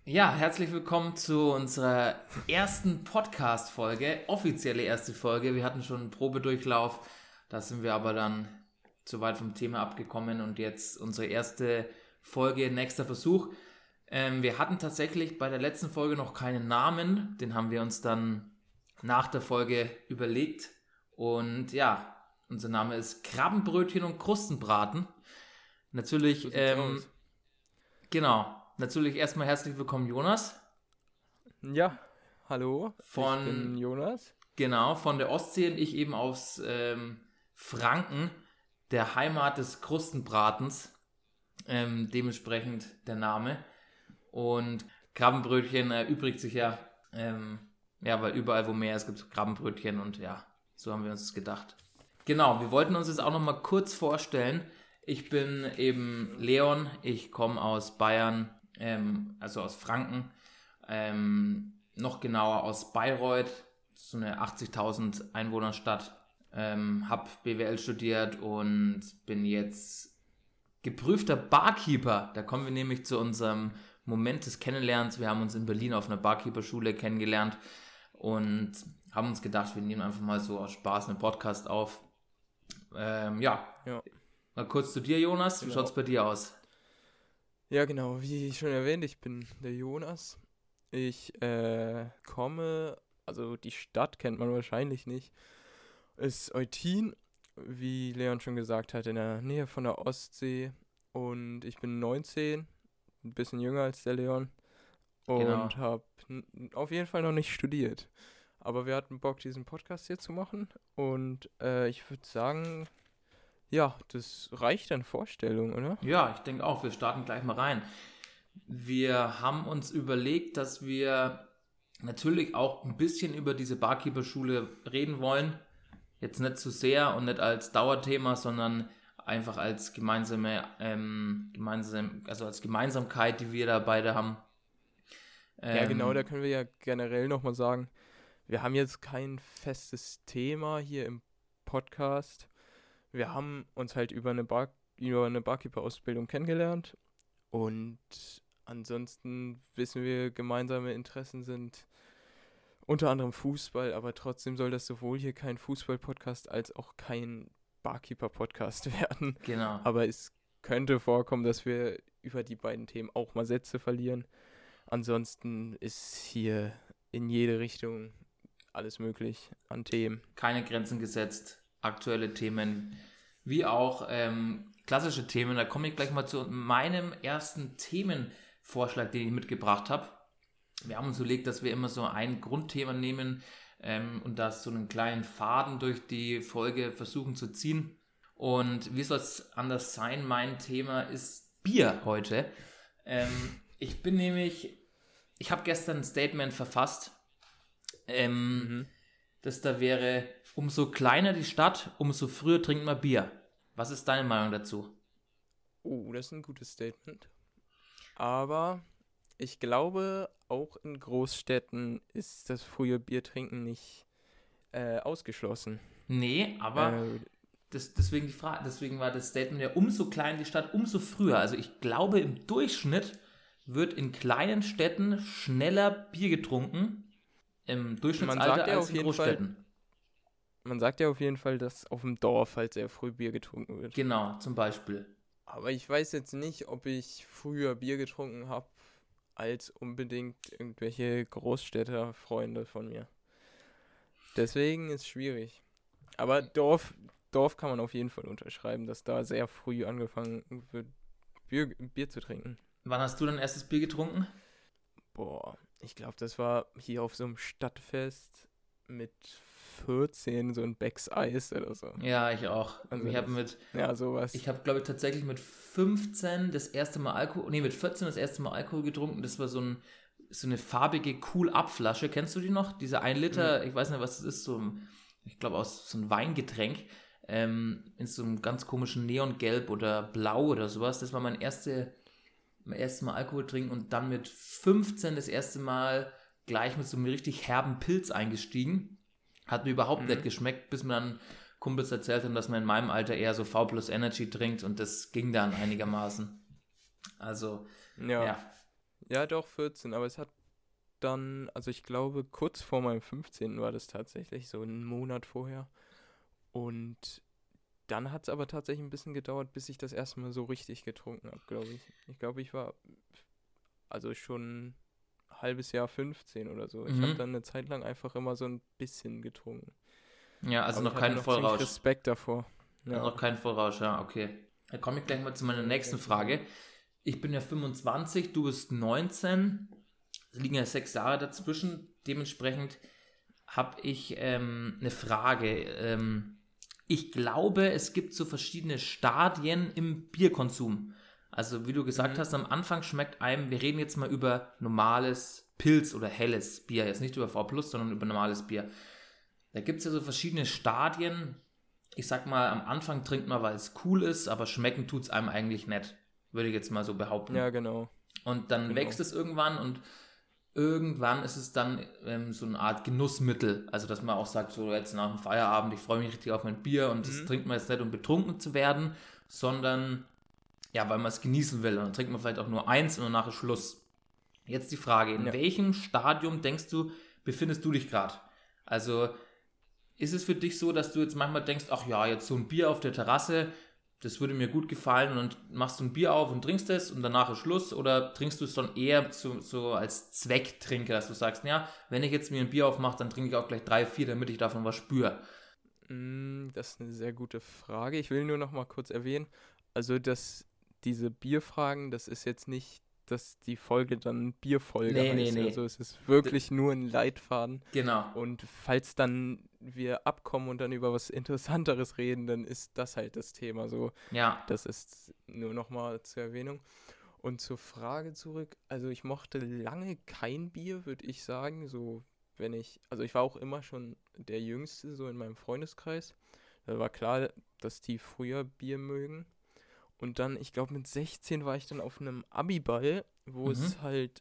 Ja, herzlich willkommen zu unserer ersten Podcast-Folge, offizielle erste Folge. Wir hatten schon einen Probedurchlauf, da sind wir aber dann zu weit vom Thema abgekommen und jetzt unsere erste Folge, nächster Versuch. Wir hatten tatsächlich bei der letzten Folge noch keinen Namen, den haben wir uns dann nach der Folge überlegt und ja, unser Name ist Krabbenbrötchen und Krustenbraten. Natürlich, So sieht's aus. genau. Natürlich erstmal herzlich willkommen, Jonas. Ja, hallo, ich bin Von, Jonas. genau, von der Ostsee und ich eben aus Franken, der Heimat des Krustenbratens. Dementsprechend der Name. Und Krabbenbrötchen erübrigt sich ja, weil überall, wo Meer ist, gibt es Krabbenbrötchen und ja, so haben wir uns das gedacht. Genau, wir wollten uns jetzt auch nochmal kurz vorstellen. Ich bin eben Leon, ich komme aus Bayern, also aus Franken, noch genauer aus Bayreuth, so eine 80.000 Einwohnerstadt, habe BWL studiert und bin jetzt geprüfter Barkeeper. Da kommen wir nämlich zu unserem Moment des Kennenlernens. Wir haben uns in Berlin auf einer Barkeeperschule kennengelernt und haben uns gedacht, wir nehmen einfach mal so aus Spaß einen Podcast auf. Ja, Mal kurz zu dir, Jonas. Wie genau. schaut es bei dir aus? Ja, genau, wie schon erwähnt, ich bin der Jonas. Ich komme, also die Stadt kennt man wahrscheinlich nicht, ist Eutin, wie Leon schon gesagt hat, in der Nähe von der Ostsee. Und ich bin 19, ein bisschen jünger als der Leon Genau. und habe auf jeden Fall noch nicht studiert. Aber wir hatten Bock, diesen Podcast hier zu machen und ich würde sagen, ja, das reicht an Vorstellung, oder? Ja, ich denke auch, wir starten gleich mal rein. Wir haben uns überlegt, dass wir natürlich auch ein bisschen über diese Barkeeper-Schule reden wollen. Jetzt nicht zu sehr und nicht als Dauerthema, sondern einfach als also als Gemeinsamkeit, die wir da beide haben. Ja, genau, da Ähm, können wir ja generell nochmal sagen, wir haben jetzt kein festes Thema hier im Podcast. Wir haben uns halt über eine Barkeeper-Ausbildung kennengelernt und ansonsten wissen wir, gemeinsame Interessen sind unter anderem Fußball, aber trotzdem soll das sowohl hier kein Fußball-Podcast als auch kein Barkeeper-Podcast werden. genau. Aber es könnte vorkommen, dass wir über die beiden Themen auch mal Sätze verlieren. Ansonsten ist hier in jede Richtung alles möglich an Themen. Keine Grenzen gesetzt. Aktuelle Themen, wie auch klassische Themen. Da komme ich gleich mal zu meinem ersten Themenvorschlag, den ich mitgebracht habe. Wir haben uns überlegt, dass wir immer so ein Grundthema nehmen und das so einen kleinen Faden durch die Folge versuchen zu ziehen. Und wie soll es anders sein? Mein Thema ist Bier heute. Ich habe gestern ein Statement verfasst, Mhm. das da wäre, umso kleiner die Stadt, umso früher trinkt man Bier. Was ist deine Meinung dazu? Oh, das ist ein gutes Statement. Aber ich glaube, auch in Großstädten ist das frühe Biertrinken nicht ausgeschlossen. Nee, aber Äh, deswegen die Frage, deswegen war das Statement ja, umso kleiner die Stadt, umso früher. Also ich glaube, im Durchschnitt wird in kleinen Städten schneller Bier getrunken, im man Durchschnittsalter, sagt ja als auf in jeden Fall, Großstädten. man sagt ja auf jeden Fall, dass auf dem Dorf halt sehr früh Bier getrunken wird. Genau, zum Beispiel. Aber ich weiß jetzt nicht, ob ich früher Bier getrunken habe als unbedingt irgendwelche Großstädter-Freunde von mir. Deswegen ist es schwierig. Aber Dorf kann man auf jeden Fall unterschreiben, dass da sehr früh angefangen wird, Bier zu trinken. Wann hast du dein erstes Bier getrunken? Boah, ich glaube, das war hier auf so einem Stadtfest mit 14, so ein Becks Eis oder so. Ja, ich auch. Also ja, Ich sowas. habe, glaube ich, tatsächlich mit 15 das erste Mal mit 14 das erste Mal Alkohol getrunken. Das war so eine farbige Cool-Up-Flasche. Kennst du die noch? Diese 1 Nee. Liter, ich weiß nicht, was es ist, ich glaube, aus so einem Weingetränk, in so einem ganz komischen Neongelb oder Blau oder sowas. Das war mein erstes Mal Alkohol trinken und dann mit 15 das erste Mal gleich mit so einem richtig herben Pilz eingestiegen. Hat mir überhaupt nicht Mhm. geschmeckt, bis mir dann Kumpels erzählt haben, dass man in meinem Alter eher so V plus Energy trinkt und das ging dann einigermaßen. Also, Ja, ja. Ja, doch, 14, aber es hat dann, also ich glaube, kurz vor meinem 15. war das tatsächlich, so einen Monat vorher. Und dann hat es aber tatsächlich ein bisschen gedauert, bis ich das erste Mal so richtig getrunken habe, glaube ich. Ich glaube, ich war also schon ein halbes Jahr 15 oder so. Ich habe Mhm. dann eine Zeit lang einfach immer so ein bisschen getrunken. Ja, also Aber noch ich hatte keinen noch ziemlich Vollrausch. Respekt davor. Also Ja, noch keinen Vollrausch, ja, okay. Dann komme ich gleich mal zu meiner kann man nächsten gleich so sagen. Frage. Ich bin ja 25, du bist 19. Es liegen ja 6 Jahre dazwischen. Dementsprechend habe ich eine Frage. Ich glaube, es gibt so verschiedene Stadien im Bierkonsum. Also wie du gesagt Mhm. hast, am Anfang schmeckt einem, wir reden jetzt mal über normales Pilz oder helles Bier, jetzt nicht über V+, sondern über normales Bier. Da gibt es ja so verschiedene Stadien. Ich sag mal, am Anfang trinkt man, weil es cool ist, aber schmecken tut es einem eigentlich nicht. Würde ich jetzt mal so behaupten. Ja, genau, Und dann genau. wächst es irgendwann und irgendwann ist es dann so eine Art Genussmittel. Also, dass man auch sagt, so jetzt nach dem Feierabend, ich freue mich richtig auf mein Bier und das Mhm. trinkt man jetzt nicht, um betrunken zu werden, sondern ja, weil man es genießen will. Und dann trinkt man vielleicht auch nur eins und danach ist Schluss. Jetzt die Frage, in Ja. welchem Stadium denkst du, befindest du dich gerade? Also, ist es für dich so, dass du jetzt manchmal denkst, ach ja, jetzt so ein Bier auf der Terrasse, das würde mir gut gefallen und dann machst du ein Bier auf und trinkst es und danach ist Schluss? Oder trinkst du es dann eher so als Zwecktrinker, dass du sagst, ja, wenn ich jetzt mir ein Bier aufmache, dann trinke ich auch gleich 3, 4, damit ich davon was spüre? Das ist eine sehr gute Frage. Ich will nur noch mal kurz erwähnen, also dass diese Bierfragen, das ist jetzt nicht, dass die Folge dann Bierfolge Nee, nee, heißt. nee. Also es ist D wirklich nur ein Leitfaden. genau. Und falls dann wir abkommen und dann über was Interessanteres reden, dann ist das halt das Thema. So, Ja. das ist nur noch mal zur Erwähnung. Und zur Frage zurück, also ich mochte lange kein Bier, würde ich sagen. So, also ich war auch immer schon der Jüngste so in meinem Freundeskreis. Da war klar, dass die früher Bier mögen. Und dann, ich glaube, mit 16 war ich dann auf einem Abiball, wo Mhm. es halt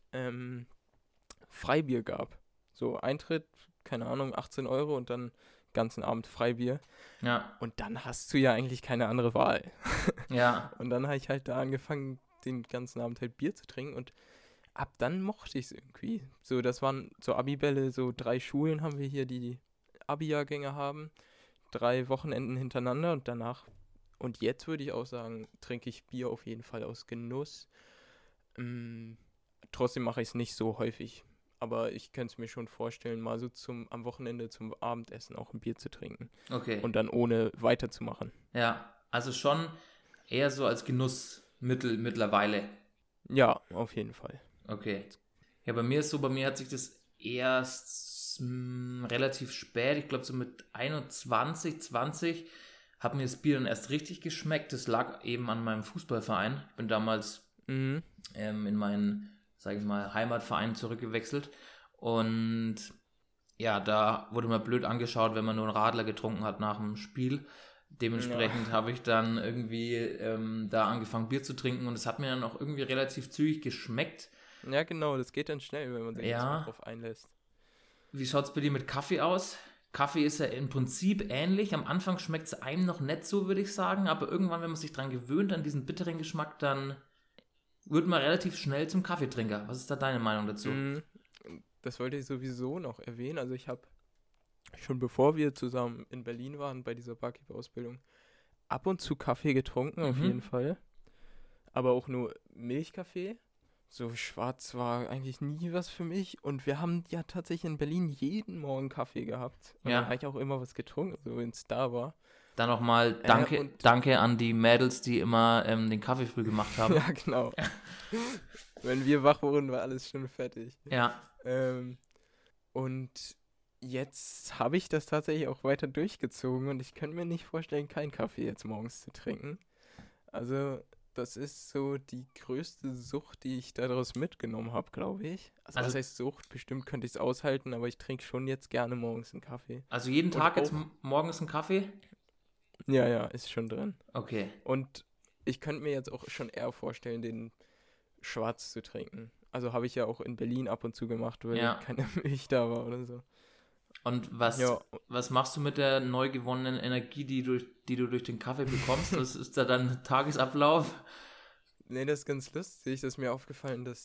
Freibier gab. So Eintritt, keine Ahnung, 18 Euro und dann ganzen Abend Freibier. Ja. Und dann hast du ja eigentlich keine andere Wahl. Ja. Und dann habe ich halt da angefangen, den ganzen Abend halt Bier zu trinken und ab dann mochte ich es irgendwie. So, das waren so Abibälle, so 3 Schulen haben wir hier, die Abi-Jahrgänge haben. 3 Wochenenden hintereinander und danach. Und jetzt würde ich auch sagen, trinke ich Bier auf jeden Fall aus Genuss. Ähm, Trotzdem mache ich es nicht so häufig. Aber ich könnte es mir schon vorstellen, mal so am Wochenende zum Abendessen auch ein Bier zu trinken. Okay. Und dann ohne weiterzumachen. Ja. Also schon eher so als Genussmittel mittlerweile. Ja, auf jeden Fall. Okay. Ja, bei mir ist so, bei mir hat sich das erst relativ spät, ich glaube so mit 21, 20, hat mir das Bier dann erst richtig geschmeckt. Das lag eben an meinem Fußballverein. Ich bin damals Mhm. in meinen, sage ich mal, Heimatverein zurückgewechselt. Und ja, da wurde man blöd angeschaut, wenn man nur einen Radler getrunken hat nach dem Spiel. Ja. Dementsprechend habe ich dann irgendwie da angefangen, Bier zu trinken und es hat mir dann auch irgendwie relativ zügig geschmeckt. Ja, genau, das geht dann schnell, wenn man sich erstmal Ja, drauf einlässt. wie schaut es bei dir mit Kaffee aus? Kaffee ist ja im Prinzip ähnlich. Am Anfang schmeckt es einem noch nicht so, würde ich sagen. Aber irgendwann, wenn man sich dran gewöhnt, an diesen bitteren Geschmack, dann wird man relativ schnell zum Kaffeetrinker. Was ist da deine Meinung dazu? Mhm. Das wollte ich sowieso noch erwähnen. Also ich habe schon bevor wir zusammen in Berlin waren bei dieser Barkeeper-Ausbildung ab und zu Kaffee getrunken, auf jeden Mhm. Fall. Aber auch nur Milchkaffee. So schwarz war eigentlich nie was für mich. Und wir haben ja tatsächlich in Berlin jeden Morgen Kaffee gehabt. Und dann habe Ja. ich auch immer was getrunken, so wenn es da war. Dann nochmal Und danke an die Mädels, die immer den Kaffee früh gemacht haben. ja, genau. Wenn wir wach wurden, war alles schon fertig. Ja. Ähm, und jetzt habe ich das tatsächlich auch weiter durchgezogen und ich könnte mir nicht vorstellen, keinen Kaffee jetzt morgens zu trinken. Also, das ist so die größte Sucht, die ich daraus mitgenommen habe, glaube ich. Also, was Also, heißt Sucht? Bestimmt könnte ich es aushalten, aber ich trinke schon jetzt gerne morgens einen Kaffee. also jeden Und Tag jetzt auch, morgens einen Kaffee? ja, ja, ist schon drin. Okay. Und ich könnte mir jetzt auch schon eher vorstellen, den schwarz zu trinken. Also habe ich ja auch in Berlin ab und zu gemacht, weil Ja. keine Milch da war oder so. Und Ja, was machst du mit der neu gewonnenen Energie, die du durch den Kaffee bekommst? Was ist da dann Tagesablauf? nee, das ist ganz lustig. Das ist mir aufgefallen, dass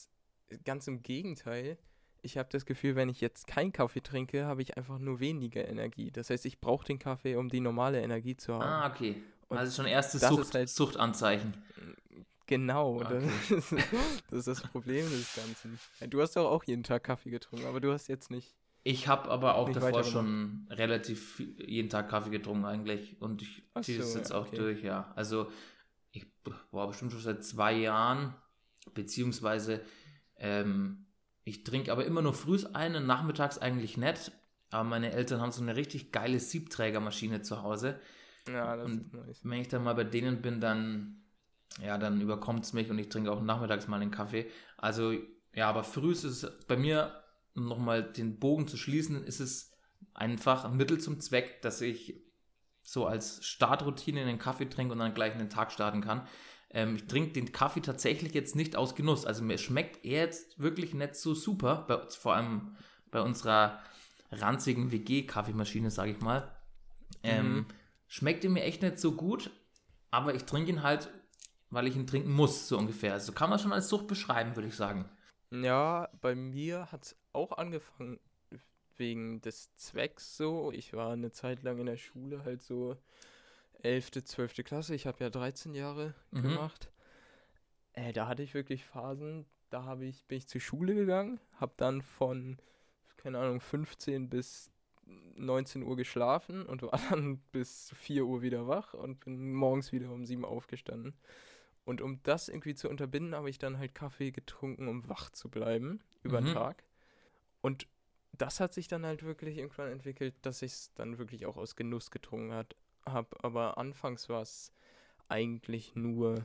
ganz im Gegenteil. Ich habe das Gefühl, wenn ich jetzt keinen Kaffee trinke, habe ich einfach nur weniger Energie. Das heißt, ich brauche den Kaffee, um die normale Energie zu haben. Ah, okay. Und Also schon erstes das ist halt Suchtanzeichen. genau, Okay. das ist das Problem des Ganzen. Ja, du hast doch auch jeden Tag Kaffee getrunken, aber du hast jetzt Ich habe aber auch nicht davor weitergemacht. schon relativ jeden Tag Kaffee getrunken eigentlich und ich Ach ziehe das so, jetzt ja, auch okay. durch, ja. Also ich war bestimmt schon seit 2 Jahren, beziehungsweise ich trinke aber immer nur frühs einen, nachmittags eigentlich nicht. Aber meine Eltern haben so eine richtig geile Siebträgermaschine zu Hause. Ja, das Und ist nice. wenn ich dann mal bei denen bin, dann überkommt es mich und ich trinke auch nachmittags mal einen Kaffee. Also, ja, aber früh ist es bei mir, um nochmal den Bogen zu schließen, ist es einfach ein Mittel zum Zweck, dass ich so als Startroutine einen Kaffee trinke und dann gleich einen Tag starten kann. Ich trinke den Kaffee tatsächlich jetzt nicht aus Genuss. Also mir schmeckt er jetzt wirklich nicht so super, vor allem bei unserer ranzigen WG-Kaffeemaschine, sage ich mal. Schmeckt er mir echt nicht so gut, aber ich trinke ihn halt, weil ich ihn trinken muss, so ungefähr. So kann man schon als Sucht beschreiben, würde ich sagen. Ja, bei mir hat es auch angefangen wegen des Zwecks so. Ich war eine Zeit lang in der Schule halt so 11., 12. Klasse. Ich habe ja 13 Jahre gemacht. Da hatte ich wirklich Phasen, bin ich zur Schule gegangen, habe dann von, keine Ahnung, 15 bis 19 Uhr geschlafen und war dann bis 4 Uhr wieder wach und bin morgens wieder um 7 aufgestanden. Und um das irgendwie zu unterbinden, habe ich dann halt Kaffee getrunken, um wach zu bleiben über den Tag. Und das hat sich dann halt wirklich irgendwann entwickelt, dass ich es dann wirklich auch aus Genuss getrunken habe. Aber anfangs war es eigentlich nur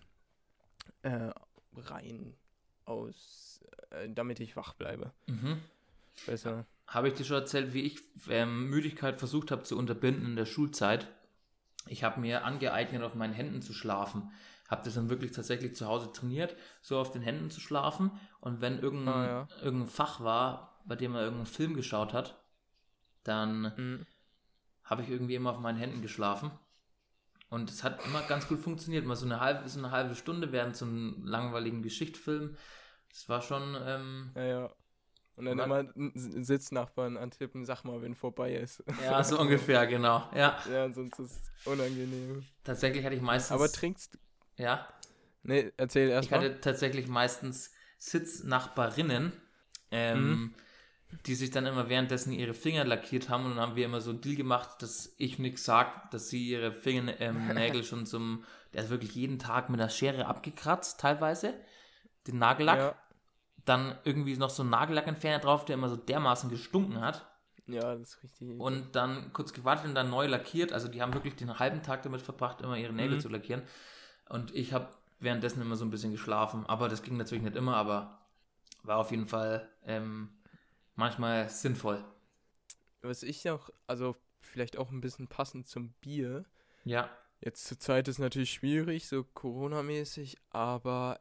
rein aus, damit ich wach bleibe. Besser. Habe ich dir schon erzählt, wie ich Müdigkeit versucht habe zu unterbinden in der Schulzeit? Ich habe mir angeeignet, auf meinen Händen zu schlafen. Habe das dann wirklich tatsächlich zu Hause trainiert, so auf den Händen zu schlafen. Und wenn irgendein Fach war, bei dem man irgendeinen Film geschaut hat, dann habe ich irgendwie immer auf meinen Händen geschlafen. Und es hat immer ganz gut funktioniert. Mal so eine halbe Stunde während so einem langweiligen Geschichtsfilm. Das war schon... Ja. Und dann immer Sitznachbarn antippen, sag mal, wenn vorbei ist. Ja, so ungefähr, genau. Ja, sonst ist es unangenehm. tatsächlich hatte ich meistens... Aber trinkst... Ja? Nee, erzähl erst mal. Ich hatte tatsächlich meistens Sitznachbarinnen, die sich dann immer währenddessen ihre Finger lackiert haben und dann haben wir immer so einen Deal gemacht, dass ich nichts sage, dass sie ihre Fingernägel schon der ist wirklich jeden Tag mit einer Schere abgekratzt, teilweise, den Nagellack. Ja. Dann irgendwie noch so ein Nagellackentferner drauf, der immer so dermaßen gestunken hat. Ja, das ist richtig. Und dann kurz gewartet und dann neu lackiert. Also die haben wirklich den halben Tag damit verbracht, immer ihre Nägel zu lackieren. Und ich habe währenddessen immer so ein bisschen geschlafen. Aber das ging natürlich nicht immer, aber war auf jeden Fall manchmal sinnvoll. Was ich auch, also vielleicht auch ein bisschen passend zum Bier. Ja. Jetzt zur Zeit ist natürlich schwierig, so Corona-mäßig, aber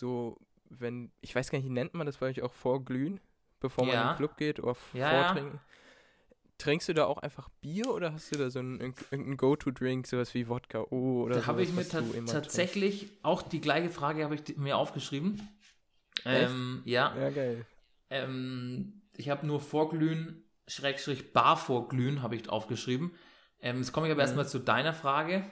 ich weiß gar nicht, wie nennt man das bei euch auch vorglühen, bevor man in den Club geht oder vortrinken? Ja. Trinkst du da auch einfach Bier oder hast du da so irgendeinen Go-To-Drink, sowas wie Wodka oder da habe ich mir tatsächlich auch die gleiche Frage habe ich mir aufgeschrieben. Ja, geil. Ich habe nur Vorglühen, Bar vorglühen habe ich aufgeschrieben. Jetzt komme ich aber erstmal zu deiner Frage.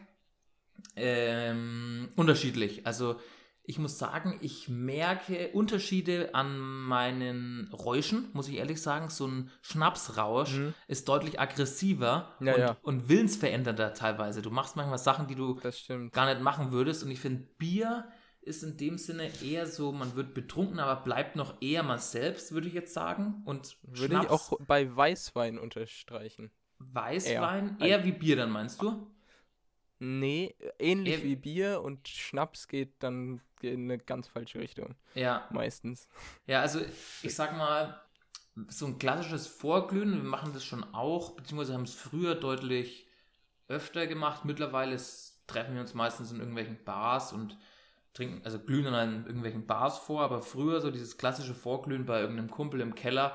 Unterschiedlich. Also ich muss sagen, ich merke Unterschiede an meinen Räuschen, muss ich ehrlich sagen. So ein Schnapsrausch ist deutlich aggressiver und willensverändernder teilweise. Du machst manchmal Sachen, die du gar nicht machen würdest. Und ich finde, Bier ist in dem Sinne eher so, man wird betrunken, aber bleibt noch eher man selbst, würde ich jetzt sagen. Und würde ich auch bei Weißwein unterstreichen. Weißwein? Eher wie Bier dann, meinst du? Nee, ähnlich wie Bier und Schnaps geht dann in eine ganz falsche Richtung. Ja. Meistens. Ja, also ich sag mal, so ein klassisches Vorglühen, wir machen das schon auch, beziehungsweise haben es früher deutlich öfter gemacht. Mittlerweile treffen wir uns meistens in irgendwelchen Bars und trinken, also glühen dann in irgendwelchen Bars vor, aber früher so dieses klassische Vorglühen bei irgendeinem Kumpel im Keller,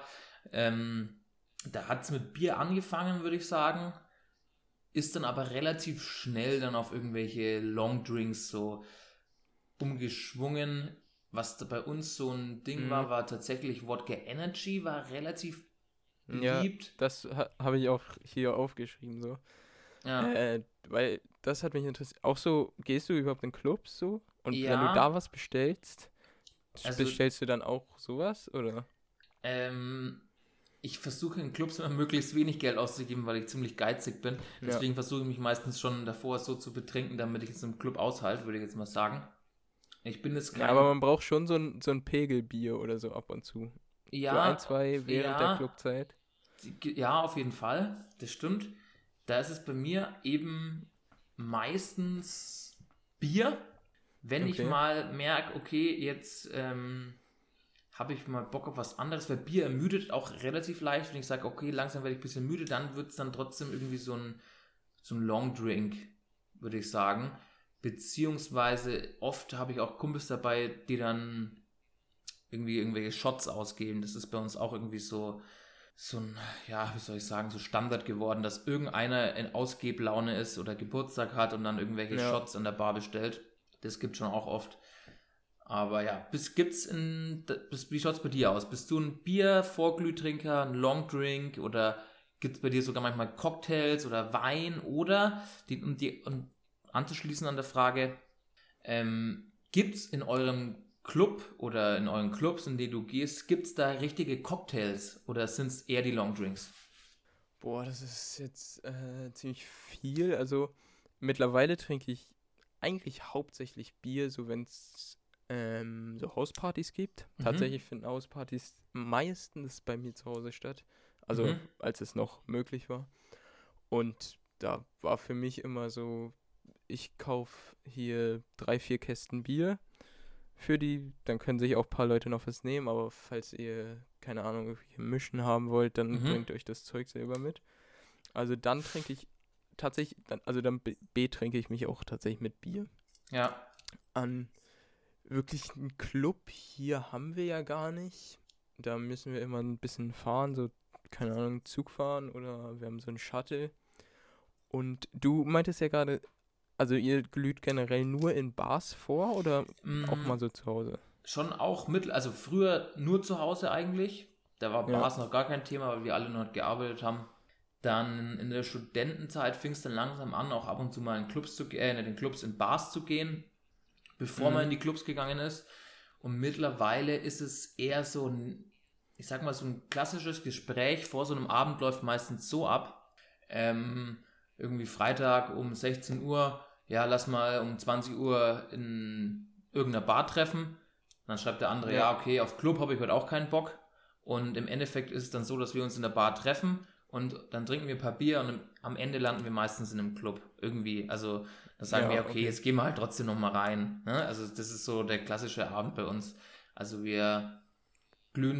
da hat es mit Bier angefangen, würde ich sagen. Ist dann aber relativ schnell dann auf irgendwelche Longdrinks so umgeschwungen, was da bei uns so ein Ding war tatsächlich Wodka Energy, war relativ beliebt. Ja, das habe ich auch hier aufgeschrieben, so. Ja, Weil das hat mich interessiert. Auch so, gehst du überhaupt in Clubs so? Und wenn du ja, da was bestellst, also bestellst du dann auch sowas, oder? ich versuche in Clubs immer möglichst wenig Geld auszugeben, weil ich ziemlich geizig bin. Ja. Deswegen versuche ich mich meistens schon davor so zu betrinken, damit ich es im Club aushalte, würde ich jetzt mal sagen. Ich bin jetzt Ja, aber kein... man braucht schon so ein Pegelbier oder so ab und zu. So ein, Ja, zwei während der ja, Clubzeit. ja, auf jeden Fall. Das stimmt. Da ist es bei mir eben meistens Bier. Wenn ich Okay. mal merke, okay, jetzt habe ich mal Bock auf was anderes, weil Bier ermüdet auch relativ leicht. Wenn ich sage, okay, langsam werde ich ein bisschen müde, dann wird es dann trotzdem irgendwie so ein Long Drink, würde ich sagen. Beziehungsweise oft habe ich auch Kumpels dabei, die dann irgendwie irgendwelche Shots ausgeben. Das ist bei uns auch irgendwie so ein, ja, wie soll ich sagen, so Standard geworden, dass irgendeiner in Ausgeblaune ist oder Geburtstag hat und dann irgendwelche Ja. Shots an der Bar bestellt. Das gibt schon auch oft. Aber ja, wie schaut es bei dir aus? Bist du ein Bier-Vorglühtrinker, ein Longdrink oder gibt es bei dir sogar manchmal Cocktails oder Wein oder, um anzuschließen an der Frage, gibt es in eurem Club oder in euren Clubs, in die du gehst, gibt es da richtige Cocktails oder sind es eher die Longdrinks? Boah, das ist jetzt ziemlich viel. Also mittlerweile trinke ich eigentlich hauptsächlich Bier, so wenn es so Hauspartys gibt. Mhm. Tatsächlich finden Hauspartys meistens bei mir zu Hause statt. Also als es noch möglich war. Und da war für mich immer so, ich kaufe hier 3, 4 Kästen Bier für die, dann können sich auch ein paar Leute noch was nehmen, aber falls ihr, keine Ahnung, irgendwelche Mischen haben wollt, dann bringt euch das Zeug selber mit. Also dann trinke ich tatsächlich, dann betrinke ich mich auch tatsächlich mit Bier. Ja. An wirklich einen Club hier haben wir ja gar nicht. Da müssen wir immer ein bisschen fahren, so, keine Ahnung, Zug fahren oder wir haben so einen Shuttle. Und du meintest ja gerade, also ihr glüht generell nur in Bars vor oder auch mal so zu Hause? Schon auch also früher nur zu Hause eigentlich. Da war Ja. Bars noch gar kein Thema, weil wir alle noch gearbeitet haben. Dann in der Studentenzeit fing es dann langsam an, auch ab und zu mal in Clubs in Clubs in Bars zu gehen, bevor man in die Clubs gegangen ist. Und mittlerweile ist es eher so ein, ich sag mal, so ein klassisches Gespräch vor so einem Abend läuft meistens so ab. Irgendwie Freitag um 16 Uhr, ja, lass mal um 20 Uhr in irgendeiner Bar treffen. Dann schreibt der andere, ja, okay, auf Club habe ich heute auch keinen Bock. Und im Endeffekt ist es dann so, dass wir uns in der Bar treffen und dann trinken wir ein paar Bier und am Ende landen wir meistens in einem Club. Irgendwie, also da sagen wir, okay, jetzt gehen wir halt trotzdem nochmal rein. Ne? Also das ist so der klassische Abend bei uns. Also wir glühen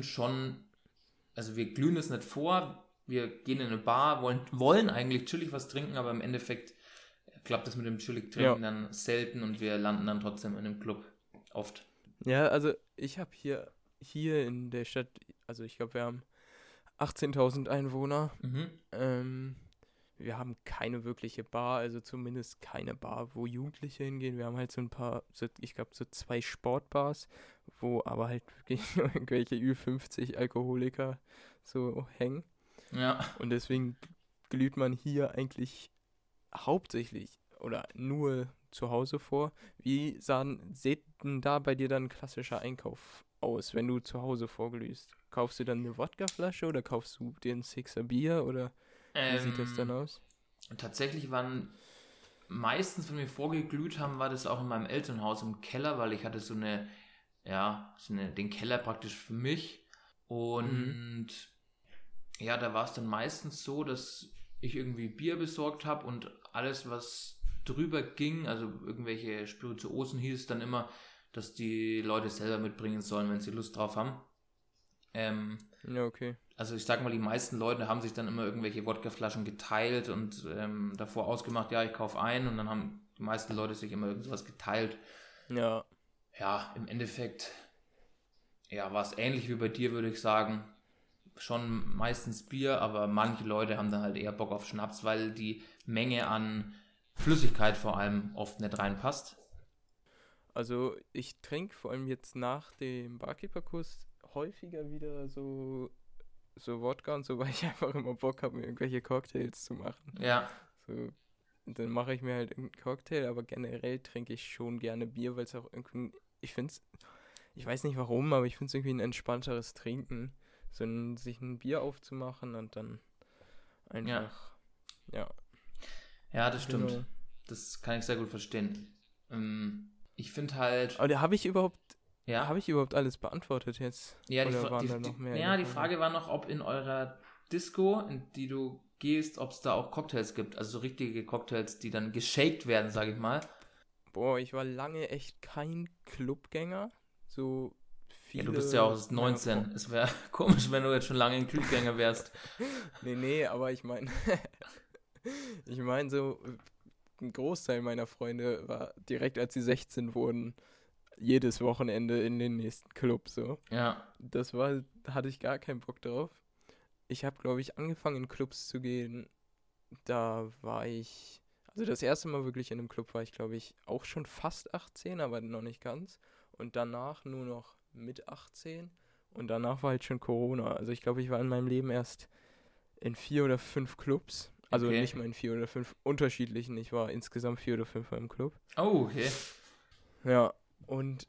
es nicht vor, wir gehen in eine Bar, wollen eigentlich chillig was trinken, aber im Endeffekt klappt das mit dem chillig trinken dann selten und wir landen dann trotzdem in einem Club. Oft. Ja, also ich habe hier in der Stadt, also ich glaube, wir haben 18.000 Einwohner. Wir haben keine wirkliche Bar, also zumindest keine Bar, wo Jugendliche hingehen. Wir haben halt so ein paar, ich glaube, so 2 Sportbars, wo aber halt wirklich nur irgendwelche Ü50 Alkoholiker so hängen. Ja. Und deswegen glüht man hier eigentlich hauptsächlich oder nur zu Hause vor. Wie sieht denn da bei dir dann ein klassischer Einkauf aus, wenn du zu Hause vorglühst? Kaufst du dann eine Wodkaflasche oder kaufst du dir ein Sixer Bier oder wie sieht das dann aus? Tatsächlich waren meistens, wenn wir vorgeglüht haben, war das auch in meinem Elternhaus im Keller, weil ich hatte den Keller praktisch für mich und ja, da war es dann meistens so, dass ich irgendwie Bier besorgt habe und alles, was drüber ging, also irgendwelche Spirituosen, hieß es dann immer, dass die Leute selber mitbringen sollen, wenn sie Lust drauf haben. Ja, okay. Also ich sag mal, die meisten Leute haben sich dann immer irgendwelche Wodkaflaschen geteilt und davor ausgemacht, ja, ich kaufe ein und dann haben die meisten Leute sich immer irgendwas geteilt. Ja. Ja, im Endeffekt war es ähnlich wie bei dir, würde ich sagen. Schon meistens Bier, aber manche Leute haben dann halt eher Bock auf Schnaps, weil die Menge an Flüssigkeit vor allem oft nicht reinpasst. Also ich trinke vor allem jetzt nach dem Barkeeper-Kurs häufiger wieder so Wodka und so, weil ich einfach immer Bock habe, mir irgendwelche Cocktails zu machen. Ja, So, dann mache ich mir halt irgendeinen Cocktail, aber generell trinke ich schon gerne Bier, weil es auch irgendwie, ich finde es, ich weiß nicht warum, aber ich finde es irgendwie ein entspannteres Trinken, sich ein Bier aufzumachen und dann einfach, ja. Ja, das stimmt. Genau. Das kann ich sehr gut verstehen. Ich finde halt, Aber habe ich überhaupt ja, alles beantwortet jetzt? ja, Oder waren da noch mehr? ja, die Frage war noch, ob in eurer Disco, in die du gehst, ob es da auch Cocktails gibt. Also so richtige Cocktails, die dann geshaked werden, sage ich mal. Boah, ich war lange echt kein Clubgänger. So viele. Ja, du bist ja auch erst 19. Es wäre komisch, wenn du jetzt schon lange ein Clubgänger wärst. Nee, aber ich meine, so ein Großteil meiner Freunde war direkt, als sie 16 wurden, jedes Wochenende in den nächsten Club, so. Ja, Hatte ich gar keinen Bock drauf. Ich habe, glaube ich, angefangen in Clubs zu gehen, da war ich, also das erste Mal wirklich in einem Club war ich, glaube ich, auch schon fast 18, aber noch nicht ganz. Und danach nur noch mit 18 und danach war halt schon Corona. Also ich glaube, ich war in meinem Leben erst in 4 oder 5 Clubs. Also okay. nicht mal in 4 oder 5 unterschiedlichen. Ich war insgesamt 4 oder 5 Mal im Club. Oh, okay. Ja, und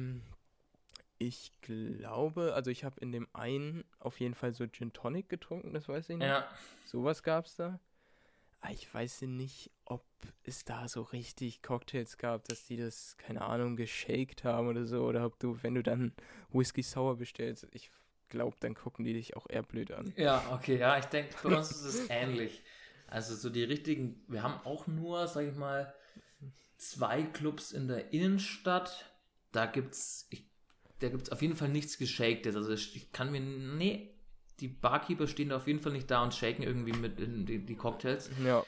ich glaube, also ich habe in dem einen auf jeden Fall so Gin Tonic getrunken, das weiß ich noch. Ja, Sowas gab's da. Aber ich weiß nicht, ob es da so richtig Cocktails gab, dass die das, keine Ahnung, geshaked haben oder so. Oder ob du, wenn du dann Whisky Sour bestellst, ich glaube, dann gucken die dich auch eher blöd an. ja, okay, ja, ich denke, bei uns ist es ähnlich. Also so die richtigen, wir haben auch nur, sag ich mal, 2 Clubs in der Innenstadt. Da gibt's auf jeden Fall nichts Geshakedes. Also ich kann mir, nee, die Barkeeper stehen da auf jeden Fall nicht da und shaken irgendwie mit in die Cocktails. Ja.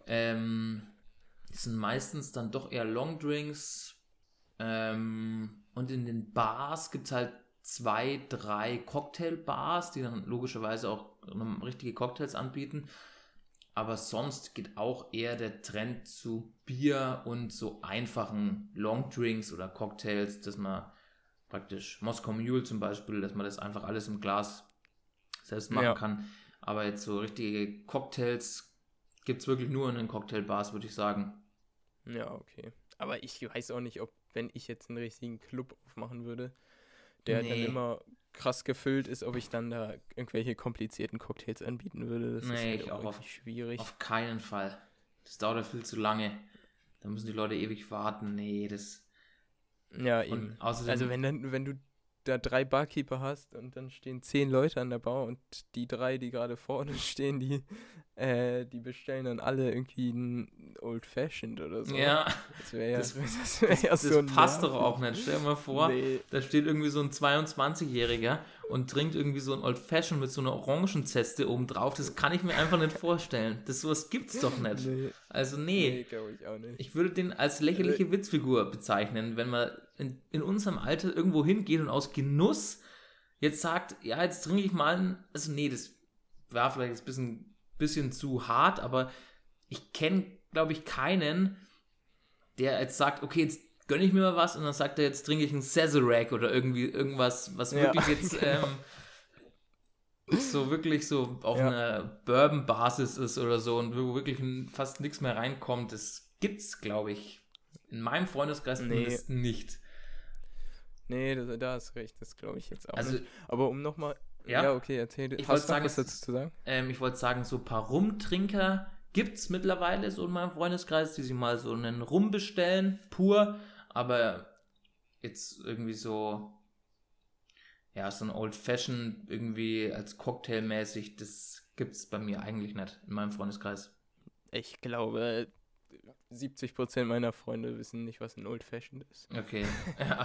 Die sind meistens dann doch eher Longdrinks. Und in den Bars gibt es halt 2, 3 Cocktailbars, die dann logischerweise auch richtige Cocktails anbieten. Aber sonst geht auch eher der Trend zu Bier und so einfachen Longdrinks oder Cocktails, dass man praktisch Moskau Mule zum Beispiel, dass man das einfach alles im Glas selbst machen kann. Aber jetzt so richtige Cocktails gibt es wirklich nur in den Cocktailbars, würde ich sagen. Ja, okay. Aber ich weiß auch nicht, ob, wenn ich jetzt einen richtigen Club aufmachen würde, der dann immer krass gefüllt ist, ob ich dann da irgendwelche komplizierten Cocktails anbieten würde. Das ist halt auch schwierig. Auf keinen Fall. Das dauert ja viel zu lange. Da müssen die Leute ewig warten. Nee, das... Ja, eben. Außerdem, also wenn du da 3 Barkeeper hast und dann stehen 10 Leute an der Bar und die 3, die gerade vorne stehen, die bestellen dann alle irgendwie ein Old Fashioned oder so. Ja, das wäre das so passt doch auch nicht. Stell dir mal vor, da steht irgendwie so ein 22-Jähriger und trinkt irgendwie so ein Old Fashioned mit so einer Orangenzeste oben drauf. Das kann ich mir einfach nicht vorstellen. Sowas gibt's doch nicht. Nee. Also nee, glaube ich auch nicht. Ich würde den als lächerliche Witzfigur bezeichnen, wenn man in unserem Alter irgendwo hingeht und aus Genuss jetzt sagt, ja, jetzt trinke ich mal also nee, das war vielleicht jetzt ein bisschen zu hart, aber ich kenne, glaube ich, keinen, der jetzt sagt, okay, jetzt gönne ich mir mal was und dann sagt er, jetzt trinke ich einen Sazerac oder irgendwas, was wirklich jetzt so wirklich so auf einer Bourbon-Basis ist oder so und wo wirklich fast nichts mehr reinkommt. Das gibt's, glaube ich, in meinem Freundeskreis nicht. Nee, da hast recht, das glaube ich jetzt auch also, nicht. Aber um nochmal... Ja, okay, erzähl. Hast du was dazu zu sagen? Ich wollte sagen, so ein paar Rumtrinker gibt es mittlerweile so in meinem Freundeskreis, die sich mal so einen Rum bestellen, pur, aber jetzt irgendwie so, ja, so ein Old Fashioned irgendwie als Cocktailmäßig, das gibt es bei mir eigentlich nicht in meinem Freundeskreis. Ich glaube, 70% meiner Freunde wissen nicht, was ein Old Fashioned ist. Okay, ja.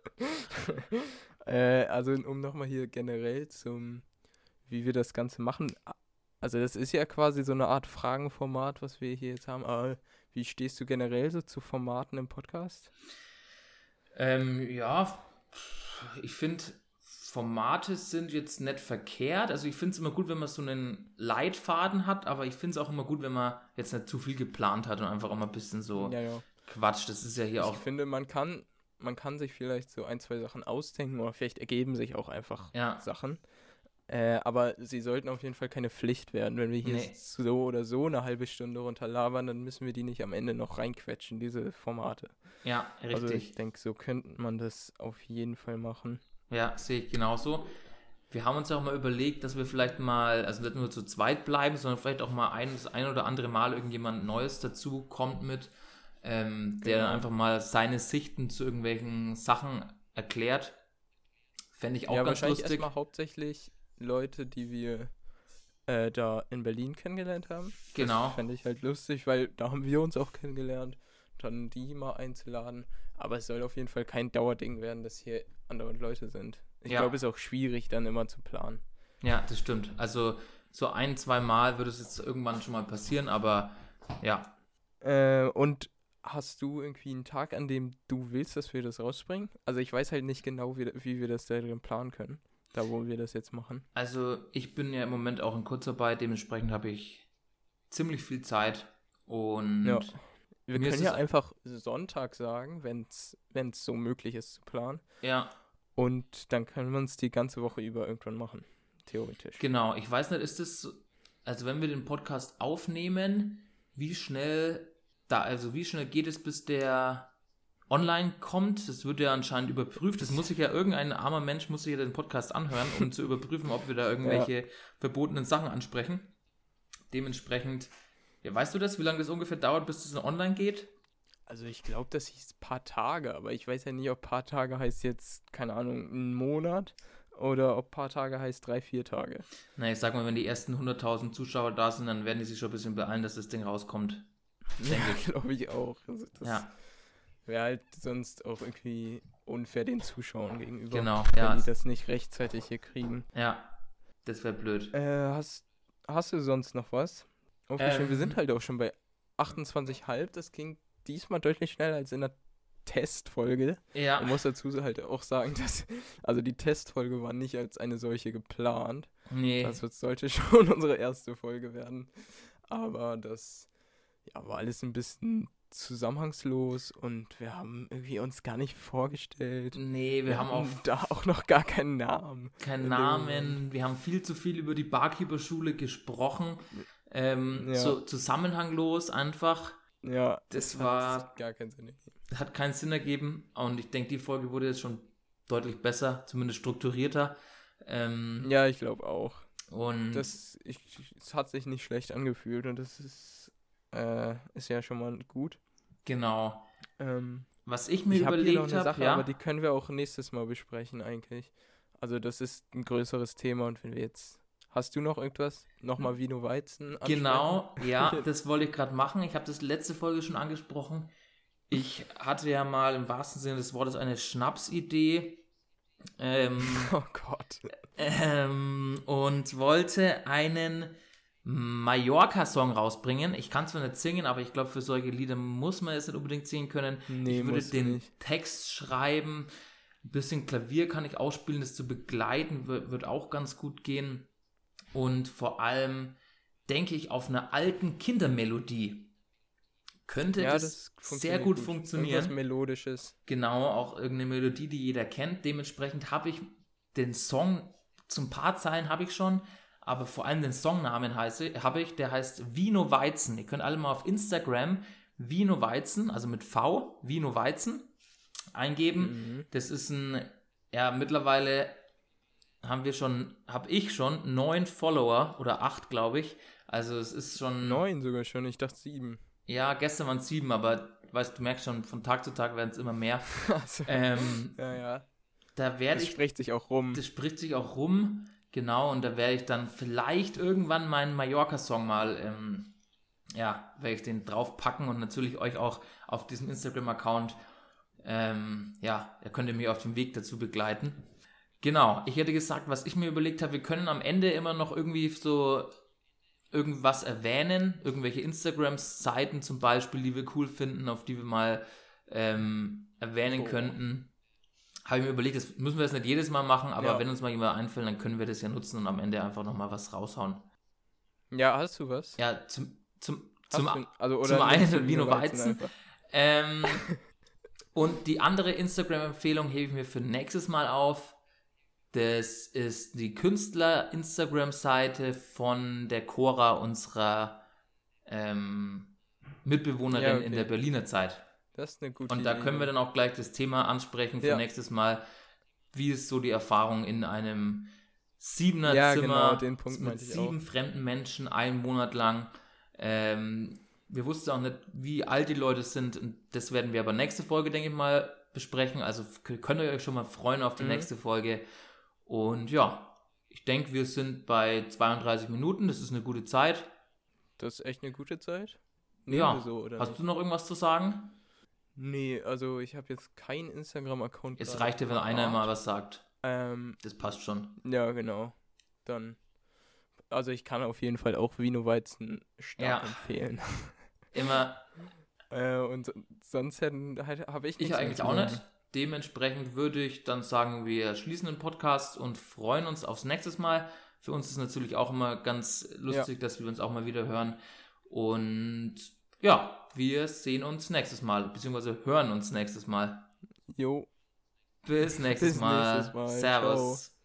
Also um nochmal hier generell wie wir das Ganze machen. Also das ist ja quasi so eine Art Fragenformat, was wir hier jetzt haben. Aber wie stehst du generell so zu Formaten im Podcast? Ja, ich finde, Formate sind jetzt nicht verkehrt. Also ich finde es immer gut, wenn man so einen Leitfaden hat, aber ich finde es auch immer gut, wenn man jetzt nicht zu viel geplant hat und einfach auch mal ein bisschen so quatscht. Das ist ja hier auch... Ich finde, man kann man kann sich vielleicht so 1, 2 Sachen ausdenken oder vielleicht ergeben sich auch einfach Ja. Sachen. Aber sie sollten auf jeden Fall keine Pflicht werden. Wenn wir hier Nee. so oder so eine halbe Stunde runterlabern, dann müssen wir die nicht am Ende noch reinquetschen, diese Formate. Ja, Also richtig. ich denke, so könnte man das auf jeden Fall machen. Ja, sehe ich genauso. Wir haben uns auch mal überlegt, dass wir vielleicht mal, also nicht nur zu zweit bleiben, sondern vielleicht auch mal das ein oder andere Mal irgendjemand Neues dazu kommt mit, der Genau. dann einfach mal seine Sichten zu irgendwelchen Sachen erklärt. Fände ich auch Ja, ganz wahrscheinlich lustig. erstmal hauptsächlich Leute, die wir da in Berlin kennengelernt haben. Genau. Das fände ich halt lustig, weil da haben wir uns auch kennengelernt. Dann die mal einzuladen. Aber es soll auf jeden Fall kein Dauerding werden, dass hier andere Leute sind. Ich Ja. glaube, es ist auch schwierig, dann immer zu planen. Ja, das stimmt. Also so 1, 2 Mal würde es jetzt irgendwann schon mal passieren, aber ja. Und hast du irgendwie einen Tag, an dem du willst, dass wir das rausbringen? Also ich weiß halt nicht genau, wie wir das da drin planen können. Da, wo wir das jetzt machen. Also ich bin ja im Moment auch in Kurzarbeit, dementsprechend habe ich ziemlich viel Zeit und Ja. Wir mir ist können ja es- einfach Sonntag sagen, wenn es so möglich ist zu planen. ja, Und dann können wir uns die ganze Woche über irgendwann machen. Theoretisch. genau. Ich weiß nicht, ist es, also wenn wir den Podcast aufnehmen, wie schnell geht es, bis der online kommt? Das wird ja anscheinend überprüft. Das muss sich ja irgendein armer Mensch muss sich ja den Podcast anhören, um zu überprüfen, ob wir da irgendwelche verbotenen Sachen ansprechen. Dementsprechend, ja, weißt du das, wie lange das ungefähr dauert, bis das online geht? Also ich glaube, das hieß paar Tage, aber ich weiß ja nicht, ob paar Tage heißt jetzt, keine Ahnung, einen Monat oder ob paar Tage heißt 3, 4 Tage. Na, ich sag mal, wenn die ersten 100.000 Zuschauer da sind, dann werden die sich schon ein bisschen beeilen, dass das Ding rauskommt. Ja, glaube ich auch. Also das Ja, wäre halt sonst auch irgendwie unfair den Zuschauern gegenüber, genau. wenn Ja, die das nicht rechtzeitig hier kriegen. ja, das wäre blöd. Hast du sonst noch was aufgeschrieben? Wir Ähm. sind halt auch schon bei 28,5. Das ging diesmal deutlich schneller als in der Testfolge. Ja, Man muss dazu halt auch sagen, dass also die Testfolge war nicht als eine solche geplant. nee. Das sollte schon unsere erste Folge werden. Aber das war alles ein bisschen zusammenhangslos und wir haben irgendwie uns gar nicht vorgestellt. Nee, wir haben auch da auch noch gar keinen Namen. keinen in dem Namen. Moment. Wir haben viel zu viel über die Barkeeper-Schule gesprochen. Ja. So zusammenhanglos einfach. Ja, Das hat gar keinen Sinn ergeben. hat keinen Sinn ergeben. Und ich denke, die Folge wurde jetzt schon deutlich besser, zumindest strukturierter. Ja, ich glaube auch. Und Es hat sich nicht schlecht angefühlt und das ist ja schon mal gut. genau. Ähm, Was ich mir ich habe hier noch überlegt eine habe, Sache, ja. aber die können wir auch nächstes Mal besprechen eigentlich. Also das ist ein größeres Thema und wenn wir jetzt... Hast du noch irgendwas? Nochmal Vino Weizen ansprechen? Genau, ja, das wollte ich gerade machen. Ich habe das letzte Folge schon angesprochen. Ich hatte ja mal im wahrsten Sinne des Wortes eine Schnapsidee Oh Gott. und wollte einen Mallorca-Song rausbringen. Ich kann zwar nicht singen, aber ich glaube, für solche Lieder muss man es nicht unbedingt singen können. Nee, Ich würde musst du den nicht. Text schreiben. Ein bisschen Klavier kann ich ausspielen, das zu begleiten, wird auch ganz gut gehen. Und vor allem denke ich auf einer alten Kindermelodie. Könnte Ja, das das sehr funktioniert gut Irgendwas funktionieren. Melodisches. Genau, auch irgendeine Melodie, die jeder kennt. Dementsprechend habe ich den Song, zum paar Zeilen habe ich schon, aber vor allem den Songnamen habe ich, der heißt Vino Weizen. Ihr könnt alle mal auf Instagram Vino Weizen, also mit V, Vino Weizen, eingeben. Das ist mittlerweile habe ich schon 9 Follower oder 8, glaube ich. Also es ist schon... 9 sogar schon, ich dachte 7. Ja, gestern waren es 7, aber du merkst schon, von Tag zu Tag werden es immer mehr. Also, ja. Da werde Das ich... spricht sich auch rum. Das spricht sich auch rum, genau, und da werde ich dann vielleicht irgendwann meinen Mallorca-Song mal, werde ich den draufpacken und natürlich euch auch auf diesem Instagram-Account, da könnt ihr mich auf dem Weg dazu begleiten. Genau, ich hätte gesagt, was ich mir überlegt habe, wir können am Ende immer noch irgendwie so irgendwas erwähnen, irgendwelche Instagram-Seiten zum Beispiel, die wir cool finden, auf die wir mal erwähnen könnten. Habe ich mir überlegt, das müssen wir jetzt nicht jedes Mal machen, aber wenn uns mal jemand einfällt, dann können wir das ja nutzen und am Ende einfach nochmal was raushauen. Ja, hast du was? Ja, zum Oder zum einen nennst du Vino Weizen. einfach? Und die andere Instagram-Empfehlung hebe ich mir für nächstes Mal auf. Das ist die Künstler-Instagram-Seite von der Cora, unserer Mitbewohnerin in der Berliner Zeit. Das ist eine gute Und da Idee. können wir dann auch gleich das Thema ansprechen für nächstes Mal. Wie ist so die Erfahrung in einem 7er-Zimmer den Punkt mit 7 fremden Menschen einen Monat lang? Wir wussten auch nicht, wie alt die Leute sind. Und das werden wir aber nächste Folge, denke ich mal, besprechen. Also könnt ihr euch schon mal freuen auf die nächste Folge. Und ja, ich denke, wir sind bei 32 Minuten. Das ist eine gute Zeit. Das ist echt eine gute Zeit? Ja. So, oder Hast du noch irgendwas zu sagen? Nee, also ich habe jetzt keinen Instagram-Account. Es reicht ja, wenn einer mal was sagt. Das passt schon. Ja, genau. Dann. Also ich kann auf jeden Fall auch Vino Weizen stark empfehlen. Immer. Und sonst habe ich nichts. Ich eigentlich auch nicht. Dementsprechend würde ich dann sagen, wir schließen den Podcast und freuen uns aufs nächste Mal. Für uns ist es natürlich auch immer ganz lustig, dass wir uns auch mal wieder hören. Und ja, wir sehen uns nächstes Mal, beziehungsweise hören uns nächstes Mal. Jo. Bis nächstes Mal. Servus. Ciao.